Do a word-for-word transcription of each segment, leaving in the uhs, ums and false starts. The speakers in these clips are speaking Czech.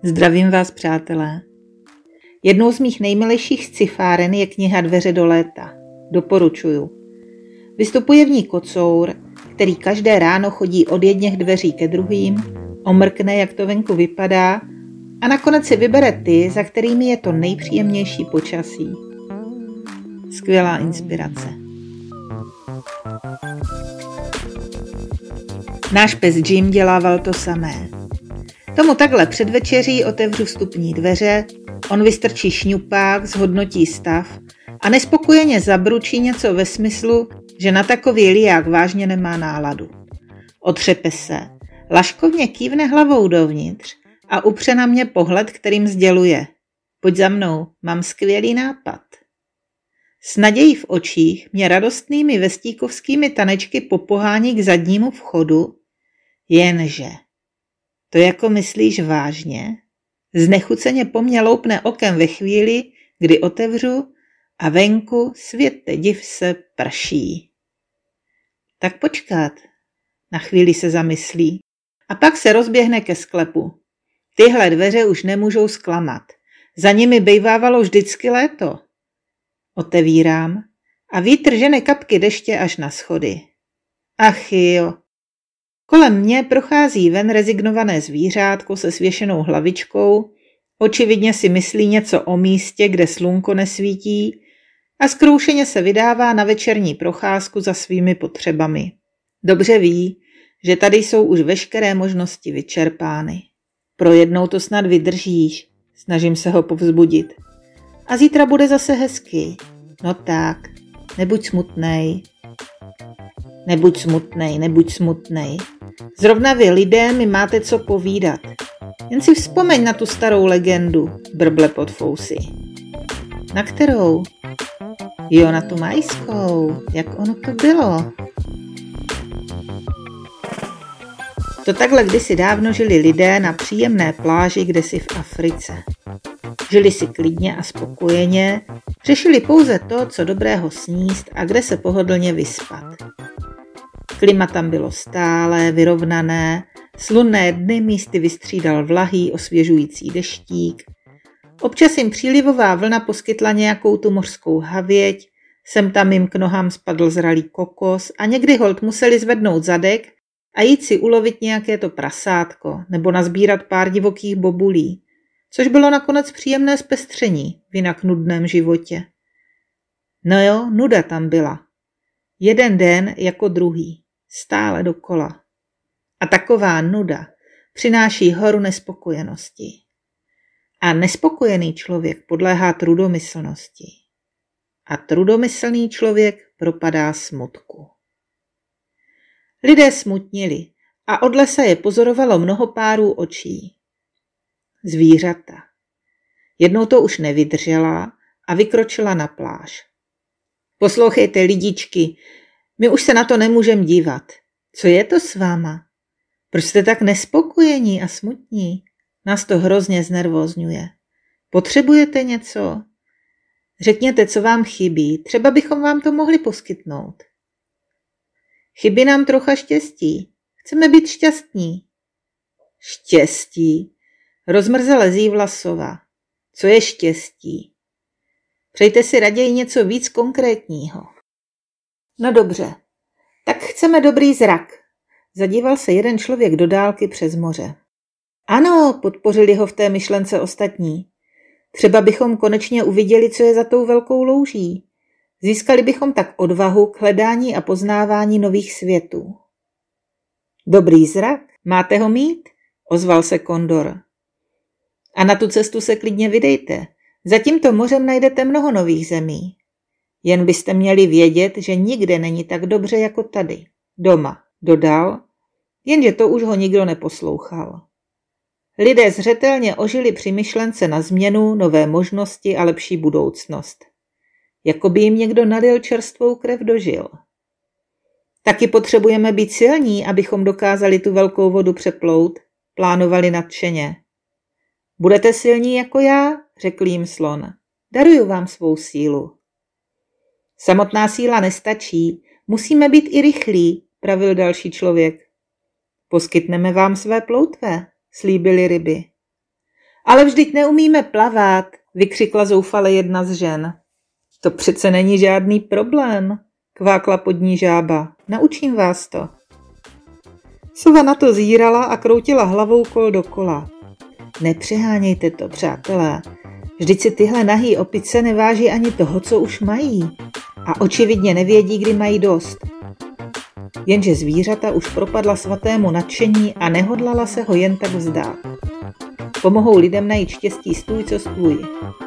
Zdravím vás, přátelé. Jednou z mých nejmilejších scifáren je kniha Dveře do léta. Doporučuju. Vystupuje v ní kocour, který každé ráno chodí od jedněch dveří ke druhým, omrkne, jak to venku vypadá a nakonec si vybere ty, za kterými je to nejpříjemnější počasí. Skvělá inspirace. Náš pes Jim dělával to samé. Tomu takhle před večeří otevřu vstupní dveře, on vystrčí šňupák, zhodnotí stav a nespokojeně zabručí něco ve smyslu, že na takový liják vážně nemá náladu. Otřepe se, laškovně kývne hlavou dovnitř a upře na mě pohled, kterým sděluje: pojď za mnou, mám skvělý nápad. S nadějí v očích mě radostnými vestíkovskými tanečky popohání k zadnímu vchodu, jenže to jako myslíš vážně? Znechuceně po mně loupne okem ve chvíli, kdy otevřu a venku, světe div se, prší. Tak počkat, na chvíli se zamyslí a pak se rozběhne ke sklepu. Tyhle dveře už nemůžou zklamat, za nimi bejvávalo vždycky léto. Otevírám a vítr žene kapky deště až na schody. Ach jo. Kolem mě prochází ven rezignované zvířátko se svěšenou hlavičkou, očividně si myslí něco o místě, kde slunko nesvítí a zkroušeně se vydává na večerní procházku za svými potřebami. Dobře ví, že tady jsou už veškeré možnosti vyčerpány. Pro jednou to snad vydržíš, snažím se ho povzbudit. A zítra bude zase hezky. No tak, nebuď smutnej. Nebuď smutnej, nebuď smutnej. Zrovna vy lidé mi máte co povídat. Jen si vzpomeň na tu starou legendu, brble pod fousy. Na kterou? Jo, na tu majskou. Jak ono to bylo? To takhle kdysi dávno žili lidé na příjemné pláži kdesi v Africe. Žili si klidně a spokojeně, řešili pouze to, co dobrého sníst a kde se pohodlně vyspat. Klima tam bylo stálé, vyrovnané, slunné dny místy vystřídal vlahý, osvěžující deštík. Občas jim přílivová vlna poskytla nějakou tu mořskou havěť, sem tam jim k nohám spadl zralý kokos a někdy holt museli zvednout zadek a jít si ulovit nějaké to prasátko nebo nazbírat pár divokých bobulí, což bylo nakonec příjemné zpestření v jinak nudném životě. No jo, nuda tam byla. Jeden den jako druhý, stále dokola. A taková nuda přináší horu nespokojenosti. A nespokojený člověk podléhá trudomyslnosti. A trudomyslný člověk propadá smutku. Lidé smutnili a od lesa je pozorovalo mnoho párů očí. Zvířata. Jednou to už nevydržela a vykročila na pláž. Poslouchejte, lidičky, my už se na to nemůžeme dívat. Co je to s váma? Proč jste tak nespokojení a smutní? Nás to hrozně znervózňuje. Potřebujete něco? Řekněte, co vám chybí, třeba bychom vám to mohli poskytnout. Chybí nám trocha štěstí. Chceme být šťastní. Štěstí? Rozmrzele zívla sova. Co je štěstí? Přejte si raději něco víc konkrétního. No dobře, tak chceme dobrý zrak. Zadíval se jeden člověk do dálky přes moře. Ano, podpořili ho v té myšlence ostatní. Třeba bychom konečně uviděli, co je za tou velkou louží. Získali bychom tak odvahu k hledání a poznávání nových světů. Dobrý zrak? Máte ho mít? Ozval se kondor. A na tu cestu se klidně vydejte. Za tímto mořem najdete mnoho nových zemí. Jen byste měli vědět, že nikde není tak dobře jako tady. Doma, dodal, jenže to už ho nikdo neposlouchal. Lidé zřetelně ožili při myšlence na změnu, nové možnosti a lepší budoucnost. Jako by jim někdo nalil čerstvou krev do žil. Taky potřebujeme být silní, abychom dokázali tu velkou vodu přeplout, plánovali nadšeně. Budete silní jako já, řekl jim slon. Daruju vám svou sílu. Samotná síla nestačí, musíme být i rychlí, pravil další člověk. Poskytneme vám své ploutve, slíbily ryby. Ale vždyť neumíme plavat, vykřikla zoufale jedna z žen. To přece není žádný problém, kvákla pod ní žába. Naučím vás to. Sova na to zírala a kroutila hlavou kol dokola. Nepřehánějte to, přátelé. Vždyť si tyhle nahý opice neváží ani toho, co už mají. A očividně nevědí, kdy mají dost. Jenže zvířata už propadla svatému nadšení a nehodlala se ho jen tak vzdát. Pomohou lidem najít štěstí stůj co stůj.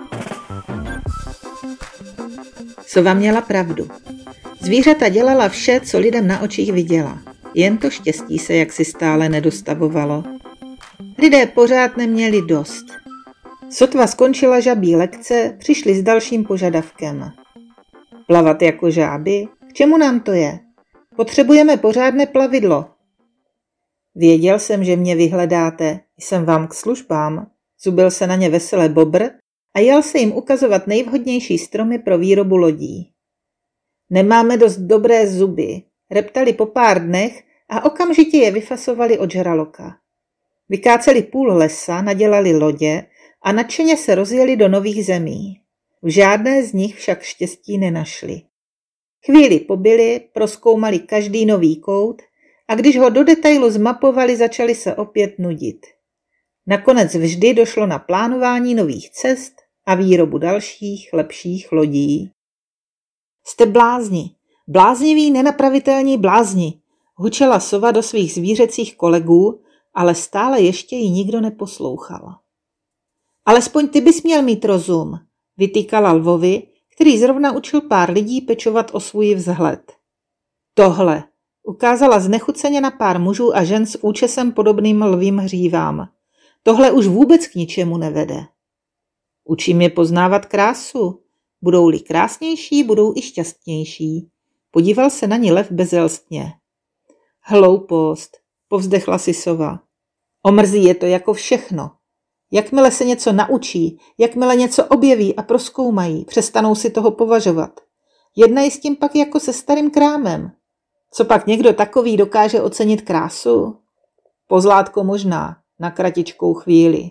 Sova měla pravdu. Zvířata dělala vše, co lidem na očích viděla. Jen to štěstí se jaksi stále nedostavovalo. Lidé pořád neměli dost. Sotva skončila žabí lekce, přišli s dalším požadavkem. Plavat jako žáby? K čemu nám to je? Potřebujeme pořádné plavidlo. Věděl jsem, že mě vyhledáte, jsem vám k službám, zubil se na ně veselé bobr a jel se jim ukazovat nejvhodnější stromy pro výrobu lodí. Nemáme dost dobré zuby, reptali po pár dnech a okamžitě je vyfasovali od žraloka. Vykáceli půl lesa, nadělali lodě a nadšeně se rozjeli do nových zemí. V žádné z nich však štěstí nenašli. Chvíli pobyli, prozkoumali každý nový kout a když ho do detailu zmapovali, začali se opět nudit. Nakonec vždy došlo na plánování nových cest a výrobu dalších, lepších lodí. Jste blázni, blázniví, nenapravitelní blázni, hučela sova do svých zvířecích kolegů, ale stále ještě ji nikdo neposlouchal. Alespoň ty bys měl mít rozum, vytýkala lvovi, který zrovna učil pár lidí pečovat o svůj vzhled. Tohle, ukázala znechuceně na pár mužů a žen s účesem podobným lvím hřívám. Tohle už vůbec k ničemu nevede. Učím je poznávat krásu. Budou-li krásnější, budou i šťastnější. Podíval se na ní lev bezelstně. Hloupost, povzdechla si sova. Omrzí je to jako všechno. Jakmile se něco naučí, jakmile něco objeví a prozkoumají, přestanou si toho považovat. Jednají s tím pak jako se starým krámem. Co pak někdo takový dokáže ocenit krásu? Pozlátko možná, na kratičkou chvíli.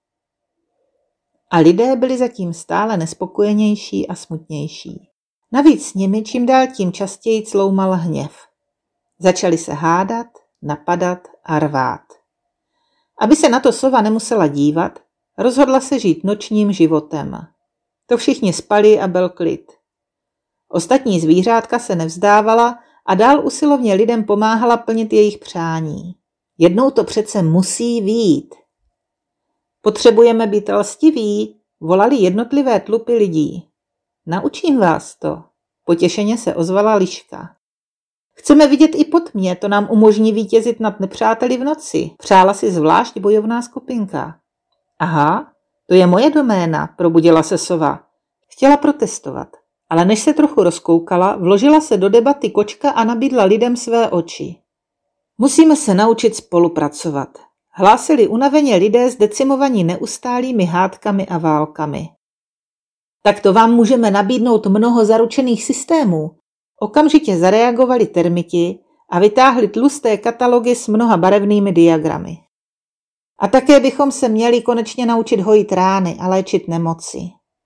A lidé byli zatím stále nespokojenější a smutnější. Navíc s nimi čím dál tím častěji cloumal hněv. Začali se hádat, napadat a rvát. Aby se na to sova nemusela dívat, rozhodla se žít nočním životem. To všichni spali a byl klid. Ostatní zvířátka se nevzdávala a dál usilovně lidem pomáhala plnit jejich přání. Jednou to přece musí vyjít. Potřebujeme být lstiví, volali jednotlivé tlupy lidí. Naučím vás to, potěšeně se ozvala liška. Chceme vidět i pod mě, to nám umožní vítězit nad nepřáteli v noci, přála si zvlášť bojovná skupinka. Aha, to je moje doména, probudila se sova. Chtěla protestovat, ale než se trochu rozkoukala, vložila se do debaty kočka a nabídla lidem své oči. Musíme se naučit spolupracovat, hlásili unaveně lidé zdecimovaní neustálými hádkami a válkami. Tak to vám můžeme nabídnout mnoho zaručených systémů. Okamžitě zareagovali termiti a vytáhli tlusté katalogy s mnoha barevnými diagramy. A také bychom se měli konečně naučit hojit rány a léčit nemoci.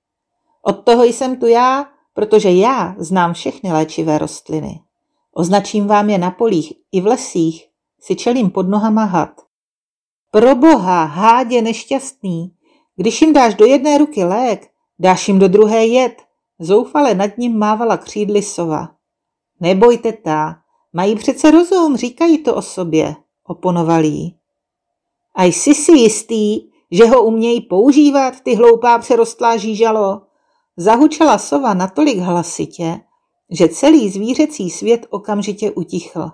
Od toho jsem tu já, protože já znám všechny léčivé rostliny. Označím vám je na polích i v lesích, si čelím pod nohama had. Proboha, hádě nešťastný, když jim dáš do jedné ruky lék, dáš jim do druhé jed, zoufale nad ním mávala křídly sova. Nebojte ta, mají přece rozum, říkají to o sobě, oponoval jí. A jsi si jistý, že ho umějí používat, ty hloupá přerostlá žížalo? Zahučela sova natolik hlasitě, že celý zvířecí svět okamžitě utichl.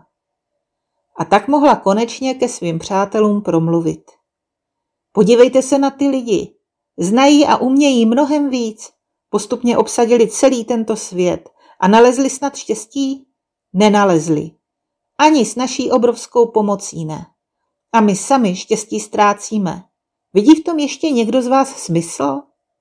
A tak mohla konečně ke svým přátelům promluvit. Podívejte se na ty lidi. Znají a umějí mnohem víc. Postupně obsadili celý tento svět a nalezli snad štěstí? Nenalezli. Ani s naší obrovskou pomocí ne. A my sami štěstí ztrácíme. Vidí v tom ještě někdo z vás smysl?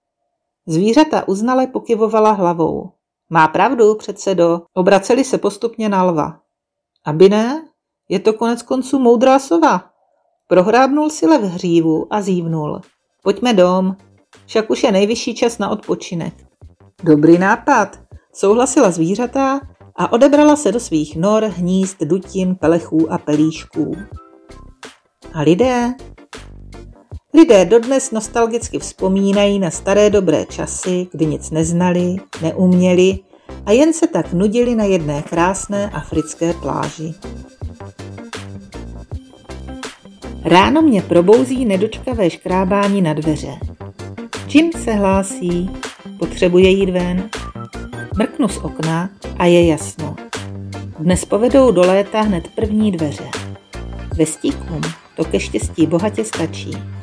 Zvířata uznale pokyvovala hlavou. Má pravdu, předsedo, obraceli se postupně na lva. Aby ne? Je to konec konců moudrá sova. Prohrábnul si lev hřívu a zívnul. Pojďme dom, však už je nejvyšší čas na odpočinek. Dobrý nápad, souhlasila zvířata a odebrala se do svých nor, hnízd, dutin, pelechů a pelíšků. A lidé? Lidé dodnes nostalgicky vzpomínají na staré dobré časy, kdy nic neznali, neuměli a jen se tak nudili na jedné krásné africké pláži. Ráno mě probouzí nedočkavé škrábání na dveře. Jim se hlásí, potřebuje jít ven. Mrknu z okna a je jasno. Dnes povedou do léta hned první dveře. Vestíkům to ke štěstí bohatě stačí.